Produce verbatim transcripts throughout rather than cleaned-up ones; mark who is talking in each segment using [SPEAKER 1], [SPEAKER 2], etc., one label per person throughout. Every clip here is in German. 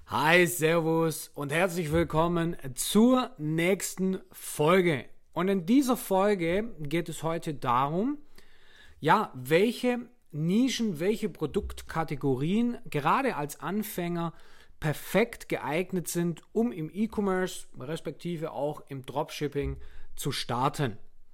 [SPEAKER 1] Hi, Servus und herzlich willkommen zur nächsten Folge. Und in dieser Folge geht es heute darum, ja, welche Nischen, welche Produktkategorien gerade als Anfänger perfekt geeignet sind, um im E-Commerce, respektive auch im Dropshipping zu starten.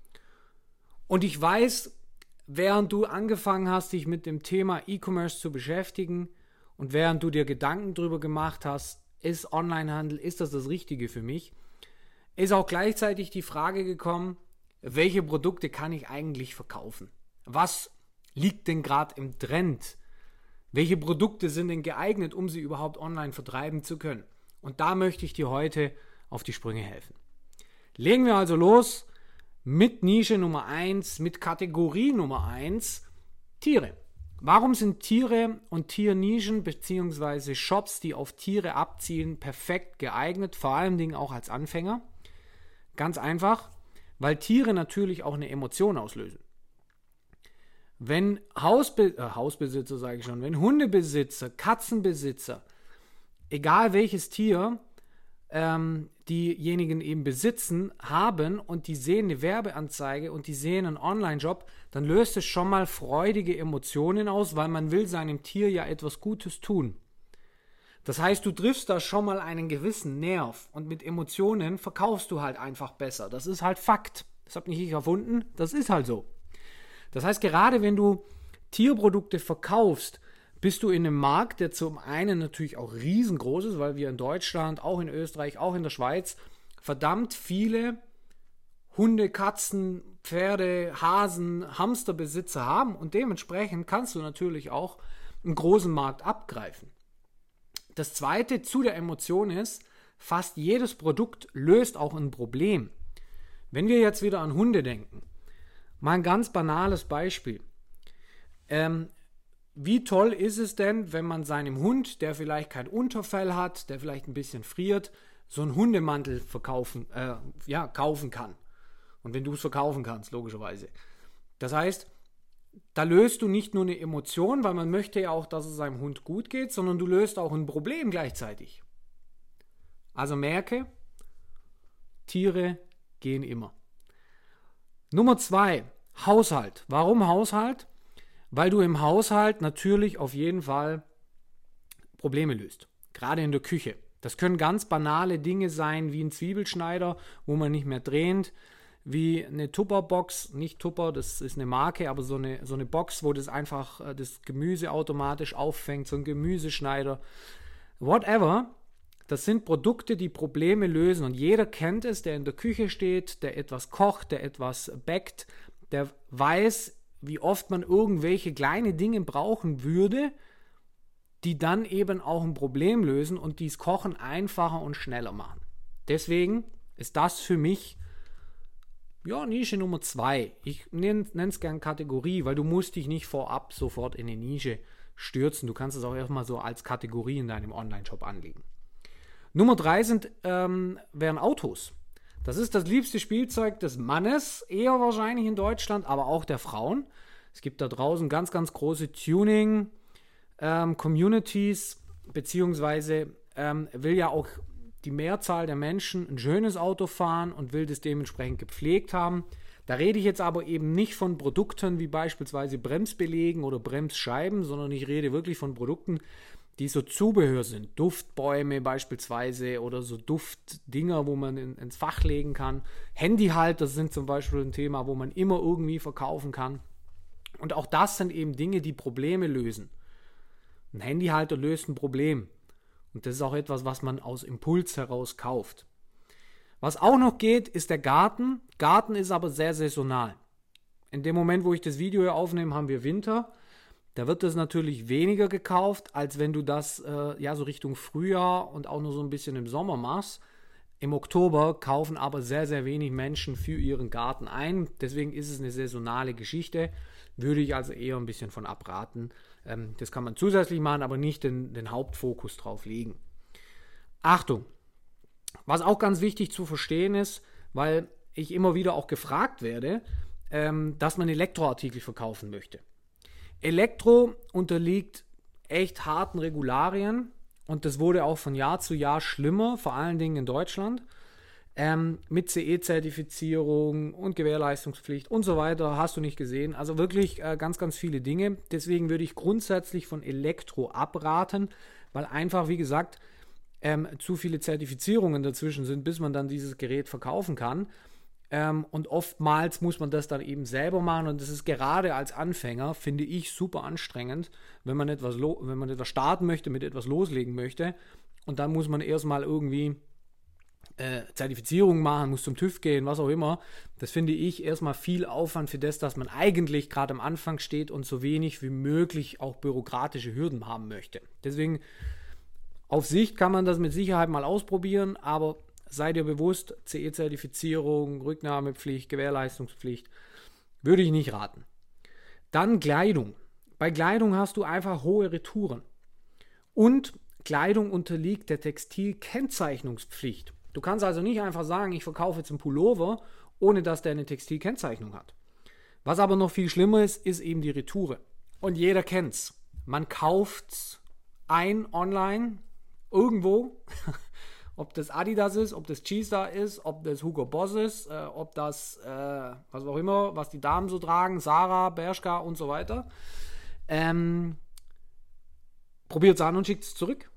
[SPEAKER 1] Und ich weiß, während du angefangen hast, dich mit dem Thema E-Commerce zu beschäftigen, und während du dir Gedanken darüber gemacht hast, ist Onlinehandel, ist das das Richtige für mich, ist auch gleichzeitig die Frage gekommen, welche Produkte kann ich eigentlich verkaufen? Was liegt denn gerade im Trend? Welche Produkte sind denn geeignet, um sie überhaupt online vertreiben zu können? Und da möchte ich dir heute auf die Sprünge helfen. Legen wir also los mit Nische Nummer eins, mit Kategorie Nummer eins, Tiere. Warum sind Tiere und Tiernischen bzw. Shops, die auf Tiere abzielen, perfekt geeignet, vor allen Dingen auch als Anfänger? Ganz einfach, weil Tiere natürlich auch eine Emotion auslösen. Wenn Hausbe- äh, Hausbesitzer, sage ich schon, wenn Hundebesitzer, Katzenbesitzer, egal welches Tier, ähm, diejenigen eben besitzen, haben und die sehen eine Werbeanzeige und die sehen einen Online-Shop, dann löst es schon mal freudige Emotionen aus, weil man will seinem Tier ja etwas Gutes tun. Das heißt, du triffst da schon mal einen gewissen Nerv und mit Emotionen verkaufst du halt einfach besser. Das ist halt Fakt. Das habe nicht ich erfunden, das ist halt so. Das heißt, gerade wenn du Tierprodukte verkaufst, bist du in einem Markt, der zum einen natürlich auch riesengroß ist, weil wir in Deutschland, auch in Österreich, auch in der Schweiz verdammt viele Hunde, Katzen, Pferde, Hasen, Hamsterbesitzer haben und dementsprechend kannst du natürlich auch einen großen Markt abgreifen. Das zweite zu der Emotion ist, fast jedes Produkt löst auch ein Problem. Wenn wir jetzt wieder an Hunde denken, mal ein ganz banales Beispiel. Ähm, Wie toll ist es denn, wenn man seinem Hund, der vielleicht kein Unterfell hat, der vielleicht ein bisschen friert, so einen Hundemantel verkaufen, äh, ja, kaufen kann. Und wenn du es verkaufen kannst, logischerweise. Das heißt, da löst du nicht nur eine Emotion, weil man möchte ja auch, dass es seinem Hund gut geht, sondern du löst auch ein Problem gleichzeitig. Also merke, Tiere gehen immer. Nummer zwei, Haushalt. Warum Haushalt? Weil du im Haushalt natürlich auf jeden Fall Probleme löst. Gerade in der Küche. Das können ganz banale Dinge sein, wie ein Zwiebelschneider, wo man nicht mehr dreht, wie eine Tupperbox, nicht Tupper, das ist eine Marke, aber so eine, so eine Box, wo das einfach das Gemüse automatisch auffängt, so ein Gemüseschneider. Whatever. Das sind Produkte, die Probleme lösen und jeder kennt es, der in der Küche steht, der etwas kocht, der etwas backt, der weiß, wie oft man irgendwelche kleine Dinge brauchen würde, die dann eben auch ein Problem lösen und dies Kochen einfacher und schneller machen. Deswegen ist das für mich ja, Nische Nummer zwei. Ich nenne es gern Kategorie, weil du musst dich nicht vorab sofort in eine Nische stürzen. Du kannst es auch erstmal so als Kategorie in deinem Online-Shop anlegen. Nummer drei sind, ähm, wären Autos. Das ist das liebste Spielzeug des Mannes, eher wahrscheinlich in Deutschland, aber auch der Frauen. Es gibt da draußen ganz, ganz große Tuning-Communities, ähm, beziehungsweise ähm, will ja auch die Mehrzahl der Menschen ein schönes Auto fahren und will das dementsprechend gepflegt haben. Da rede ich jetzt aber eben nicht von Produkten wie beispielsweise Bremsbelägen oder Bremsscheiben, sondern ich rede wirklich von Produkten, die so Zubehör sind, Duftbäume beispielsweise oder so Duftdinger, wo man in, ins Fach legen kann. Handyhalter sind zum Beispiel ein Thema, wo man immer irgendwie verkaufen kann. Und auch das sind eben Dinge, die Probleme lösen. Ein Handyhalter löst ein Problem. Und das ist auch etwas, was man aus Impuls heraus kauft. Was auch noch geht, ist der Garten. Garten ist aber sehr saisonal. In dem Moment, wo ich das Video hier aufnehme, haben wir Winter. Da wird das natürlich weniger gekauft, als wenn du das äh, ja so Richtung Frühjahr und auch nur so ein bisschen im Sommer machst. Im Oktober kaufen aber sehr, sehr wenig Menschen für ihren Garten ein. Deswegen ist es eine saisonale Geschichte. Würde ich also eher ein bisschen von abraten. Ähm, das kann man zusätzlich machen, aber nicht den, den Hauptfokus drauf legen. Achtung! Was auch ganz wichtig zu verstehen ist, weil ich immer wieder auch gefragt werde, ähm, dass man Elektroartikel verkaufen möchte. Elektro unterliegt echt harten Regularien und das wurde auch von Jahr zu Jahr schlimmer, vor allen Dingen in Deutschland, ähm, mit C E-Zertifizierung und Gewährleistungspflicht und so weiter, hast du nicht gesehen. Also wirklich äh, ganz, ganz viele Dinge. Deswegen würde ich grundsätzlich von Elektro abraten, weil einfach, wie gesagt, ähm, zu viele Zertifizierungen dazwischen sind, bis man dann dieses Gerät verkaufen kann. Ähm, und oftmals muss man das dann eben selber machen, und das ist gerade als Anfänger, finde ich, super anstrengend, wenn man etwas, lo- wenn man etwas starten möchte, mit etwas loslegen möchte, und dann muss man erstmal irgendwie äh, Zertifizierung machen, muss zum TÜV gehen, was auch immer. Das finde ich erstmal viel Aufwand für das, dass man eigentlich gerade am Anfang steht und so wenig wie möglich auch bürokratische Hürden haben möchte. Deswegen, auf Sicht kann man das mit Sicherheit mal ausprobieren, aber sei dir bewusst, C E-Zertifizierung, Rücknahmepflicht, Gewährleistungspflicht, würde ich nicht raten. Dann Kleidung. Bei Kleidung hast du einfach hohe Retouren. Und Kleidung unterliegt der Textilkennzeichnungspflicht. Du kannst also nicht einfach sagen, ich verkaufe jetzt einen Pullover, ohne dass der eine Textilkennzeichnung hat. Was aber noch viel schlimmer ist, ist eben die Retoure. Und jeder kennt's. Man kauft ein online, irgendwo, ob das Adidas ist, ob das G-Star ist, ob das Hugo Boss ist, äh, ob das, äh, was auch immer, was die Damen so tragen, Sarah, Bershka und so weiter. Ähm, probiert es an und schickt es zurück.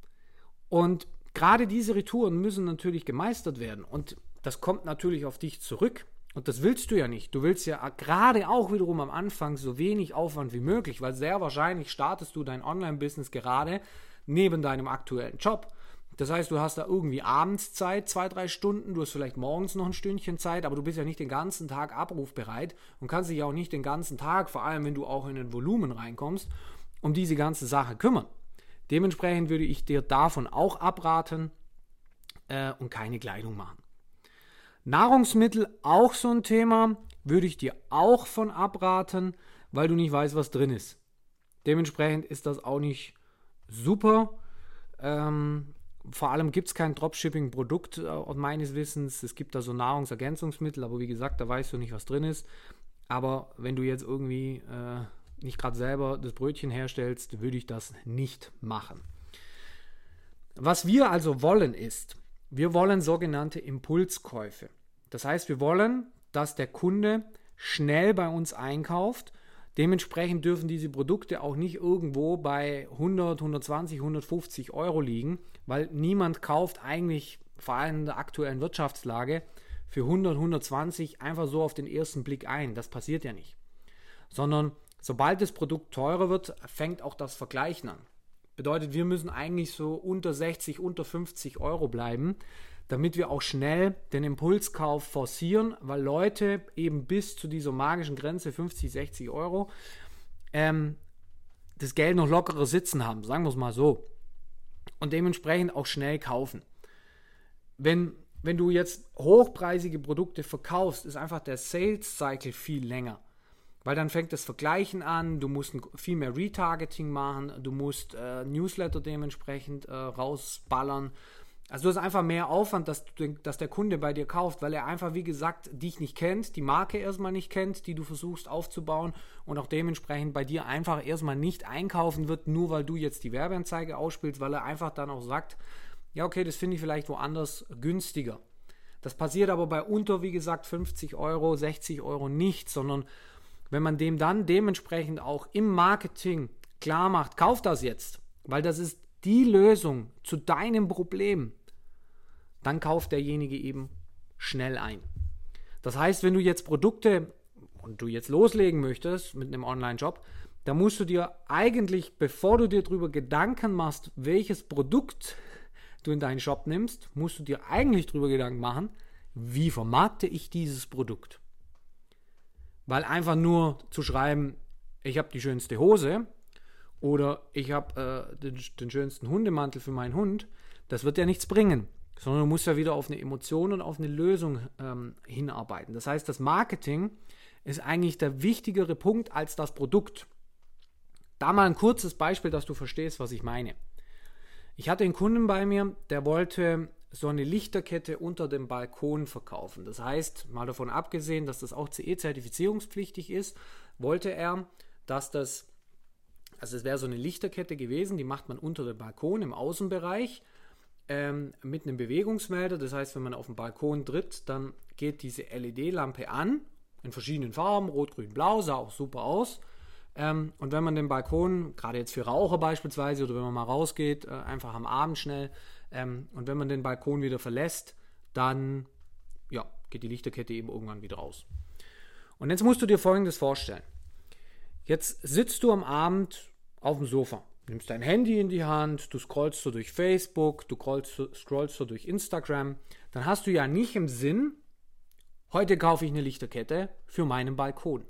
[SPEAKER 1] Und gerade diese Retouren müssen natürlich gemeistert werden. Und das kommt natürlich auf dich zurück. Und das willst du ja nicht. Du willst ja gerade auch wiederum am Anfang so wenig Aufwand wie möglich, weil sehr wahrscheinlich startest du dein Online-Business gerade neben deinem aktuellen Job. Das heißt, du hast da irgendwie abends Zeit, zwei, drei Stunden, du hast vielleicht morgens noch ein Stündchen Zeit, aber du bist ja nicht den ganzen Tag abrufbereit und kannst dich auch nicht den ganzen Tag, vor allem wenn du auch in ein Volumen reinkommst, um diese ganze Sache kümmern. Dementsprechend würde ich dir davon auch abraten äh, und keine Kleidung machen. Nahrungsmittel, auch so ein Thema, würde ich dir auch von abraten, weil du nicht weißt, was drin ist. Dementsprechend ist das auch nicht super. Ähm, Vor allem gibt es kein Dropshipping-Produkt äh, meines Wissens. Es gibt da so Nahrungsergänzungsmittel, aber wie gesagt, da weißt du nicht, was drin ist. Aber wenn du jetzt irgendwie äh, nicht gerade selber das Brötchen herstellst, würde ich das nicht machen. Was wir also wollen ist, wir wollen sogenannte Impulskäufe. Das heißt, wir wollen, dass der Kunde schnell bei uns einkauft. Dementsprechend dürfen diese Produkte auch nicht irgendwo bei hundert, hundertzwanzig, hundertfünfzig Euro liegen, weil niemand kauft eigentlich, vor allem in der aktuellen Wirtschaftslage, für hundert, hundertzwanzig einfach so auf den ersten Blick ein. Das passiert ja nicht. Sondern sobald das Produkt teurer wird, fängt auch das Vergleichen an. Bedeutet, wir müssen eigentlich so unter sechzig, unter fünfzig Euro bleiben, damit wir auch schnell den Impulskauf forcieren, weil Leute eben bis zu dieser magischen Grenze fünfzig, sechzig Euro ähm, das Geld noch lockerer sitzen haben, sagen wir es mal so. Und dementsprechend auch schnell kaufen. Wenn, wenn du jetzt hochpreisige Produkte verkaufst, ist einfach der Sales Cycle viel länger. Weil dann fängt das Vergleichen an, du musst viel mehr Retargeting machen, du musst äh, Newsletter dementsprechend äh, rausballern. Also du hast einfach mehr Aufwand, dass, du, dass der Kunde bei dir kauft, weil er einfach, wie gesagt, dich nicht kennt, die Marke erstmal nicht kennt, die du versuchst aufzubauen und auch dementsprechend bei dir einfach erstmal nicht einkaufen wird, nur weil du jetzt die Werbeanzeige ausspielst, weil er einfach dann auch sagt, ja okay, das finde ich vielleicht woanders günstiger. Das passiert aber bei unter, wie gesagt, fünfzig Euro, sechzig Euro nicht, sondern wenn man dem dann dementsprechend auch im Marketing klar macht, kauf das jetzt, weil das ist die Lösung zu deinem Problem, dann kauft derjenige eben schnell ein. Das heißt, wenn du jetzt Produkte und du jetzt loslegen möchtest mit einem Online-Job, dann musst du dir eigentlich, bevor du dir darüber Gedanken machst, welches Produkt du in deinen Shop nimmst, musst du dir eigentlich darüber Gedanken machen, wie vermarkte ich dieses Produkt? Weil einfach nur zu schreiben, ich habe die schönste Hose oder ich habe äh, den, den schönsten Hundemantel für meinen Hund, das wird ja nichts bringen, sondern du musst ja wieder auf eine Emotion und auf eine Lösung ähm, hinarbeiten. Das heißt, das Marketing ist eigentlich der wichtigere Punkt als das Produkt. Da mal ein kurzes Beispiel, dass du verstehst, was ich meine. Ich hatte einen Kunden bei mir, der wollte so eine Lichterkette unter dem Balkon verkaufen. Das heißt, mal davon abgesehen, dass das auch C E-zertifizierungspflichtig ist, wollte er, dass das Also es wäre so eine Lichterkette gewesen, die macht man unter dem Balkon im Außenbereich ähm, mit einem Bewegungsmelder. Das heißt, wenn man auf den Balkon tritt, dann geht diese L E D-Lampe an, in verschiedenen Farben, rot, grün, blau, sah auch super aus. Ähm, und wenn man den Balkon, gerade jetzt für Raucher beispielsweise, oder wenn man mal rausgeht, äh, einfach am Abend schnell, ähm, und wenn man den Balkon wieder verlässt, dann ja, geht die Lichterkette eben irgendwann wieder aus. Und jetzt musst du dir Folgendes vorstellen. Jetzt sitzt du am Abend auf dem Sofa, nimmst dein Handy in die Hand, du scrollst so durch Facebook, du scrollst, scrollst so durch Instagram, dann hast du ja nicht im Sinn, heute kaufe ich eine Lichterkette für meinen Balkon.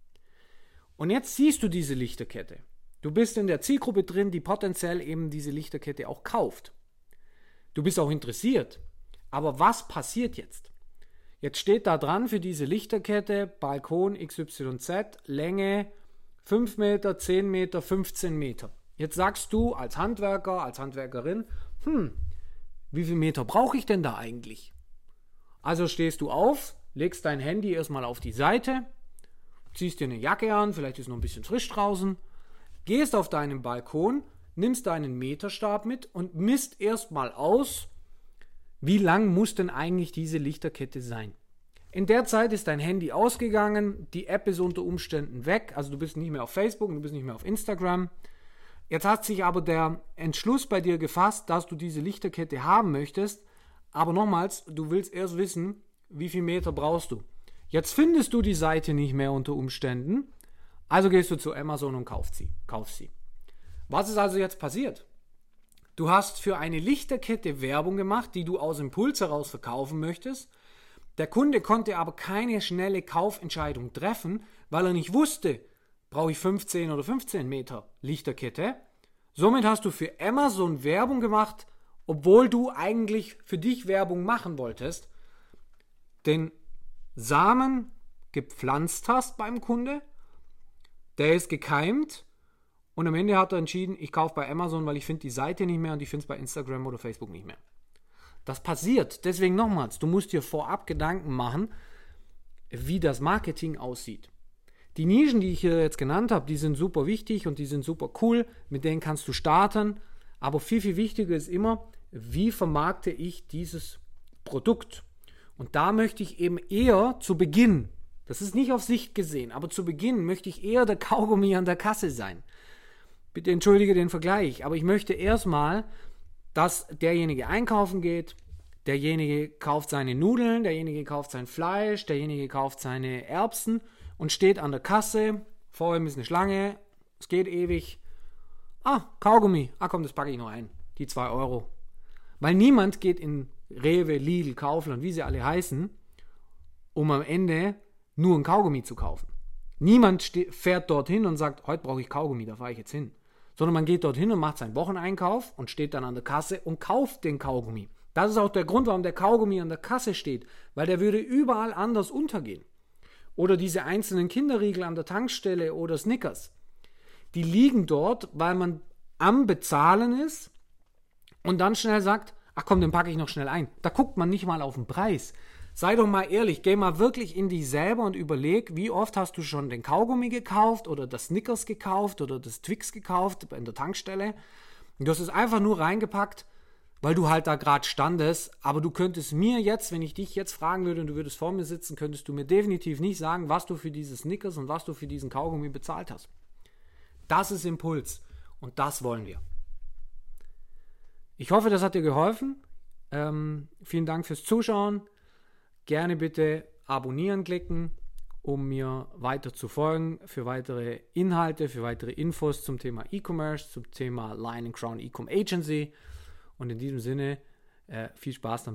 [SPEAKER 1] Und jetzt siehst du diese Lichterkette. Du bist in der Zielgruppe drin, die potenziell eben diese Lichterkette auch kauft. Du bist auch interessiert. Aber was passiert jetzt? Jetzt steht da dran für diese Lichterkette Balkon X Y Z, Länge fünf Meter, zehn Meter, fünfzehn Meter. Jetzt sagst du als Handwerker, als Handwerkerin, hm, wie viel Meter brauche ich denn da eigentlich? Also stehst du auf, legst dein Handy erstmal auf die Seite, ziehst dir eine Jacke an, vielleicht ist noch ein bisschen frisch draußen, gehst auf deinen Balkon, nimmst deinen Meterstab mit und misst erstmal aus, wie lang muss denn eigentlich diese Lichterkette sein. In der Zeit ist dein Handy ausgegangen, die App ist unter Umständen weg, also du bist nicht mehr auf Facebook, du bist nicht mehr auf Instagram. Jetzt hat sich aber der Entschluss bei dir gefasst, dass du diese Lichterkette haben möchtest, aber nochmals, du willst erst wissen, wie viel Meter brauchst du. Jetzt findest du die Seite nicht mehr unter Umständen, also gehst du zu Amazon und kaufst sie. Kaufst sie. Was ist also jetzt passiert? Du hast für eine Lichterkette Werbung gemacht, die du aus Impuls heraus verkaufen möchtest. Der Kunde konnte aber keine schnelle Kaufentscheidung treffen, weil er nicht wusste, brauche ich fünfzehn oder fünfzehn Meter Lichterkette. Somit hast du für Amazon Werbung gemacht, obwohl du eigentlich für dich Werbung machen wolltest, den Samen gepflanzt hast beim Kunde, der ist gekeimt und am Ende hat er entschieden, ich kaufe bei Amazon, weil ich finde die Seite nicht mehr und ich finde es bei Instagram oder Facebook nicht mehr. Das passiert. Deswegen nochmals, du musst dir vorab Gedanken machen, wie das Marketing aussieht. Die Nischen, die ich hier jetzt genannt habe, die sind super wichtig und die sind super cool, mit denen kannst du starten, aber viel, viel wichtiger ist immer, wie vermarkte ich dieses Produkt? Und da möchte ich eben eher zu Beginn, das ist nicht auf Sicht gesehen, aber zu Beginn möchte ich eher der Kaugummi an der Kasse sein. Bitte entschuldige den Vergleich, aber ich möchte erstmal, dass derjenige einkaufen geht, derjenige kauft seine Nudeln, derjenige kauft sein Fleisch, derjenige kauft seine Erbsen und steht an der Kasse, vor ihm ist eine Schlange, es geht ewig. Ah, Kaugummi, ah komm, das packe ich noch ein, die zwei Euro. Weil niemand geht in Rewe, Lidl, Kaufland, wie sie alle heißen, um am Ende nur ein Kaugummi zu kaufen. Niemand ste- fährt dorthin und sagt, heute brauche ich Kaugummi, da fahre ich jetzt hin. Sondern man geht dorthin und macht seinen Wocheneinkauf und steht dann an der Kasse und kauft den Kaugummi. Das ist auch der Grund, warum der Kaugummi an der Kasse steht, weil der würde überall anders untergehen. Oder diese einzelnen Kinderriegel an der Tankstelle oder Snickers. Die liegen dort, weil man am Bezahlen ist und dann schnell sagt, ach komm, den packe ich noch schnell ein. Da guckt man nicht mal auf den Preis. Sei doch mal ehrlich, geh mal wirklich in dich selber und überleg, wie oft hast du schon den Kaugummi gekauft oder das Snickers gekauft oder das Twix gekauft in der Tankstelle. Und du hast es einfach nur reingepackt, weil du halt da gerade standest. Aber du könntest mir jetzt, wenn ich dich jetzt fragen würde und du würdest vor mir sitzen, könntest du mir definitiv nicht sagen, was du für dieses Snickers und was du für diesen Kaugummi bezahlt hast. Das ist Impuls und das wollen wir. Ich hoffe, das hat dir geholfen. Ähm, vielen Dank fürs Zuschauen. Gerne bitte abonnieren klicken, um mir weiter zu folgen für weitere Inhalte, für weitere Infos zum Thema E-Commerce, zum Thema Lion and Crown E-Com Agency. Und in diesem Sinne, äh, viel Spaß damit.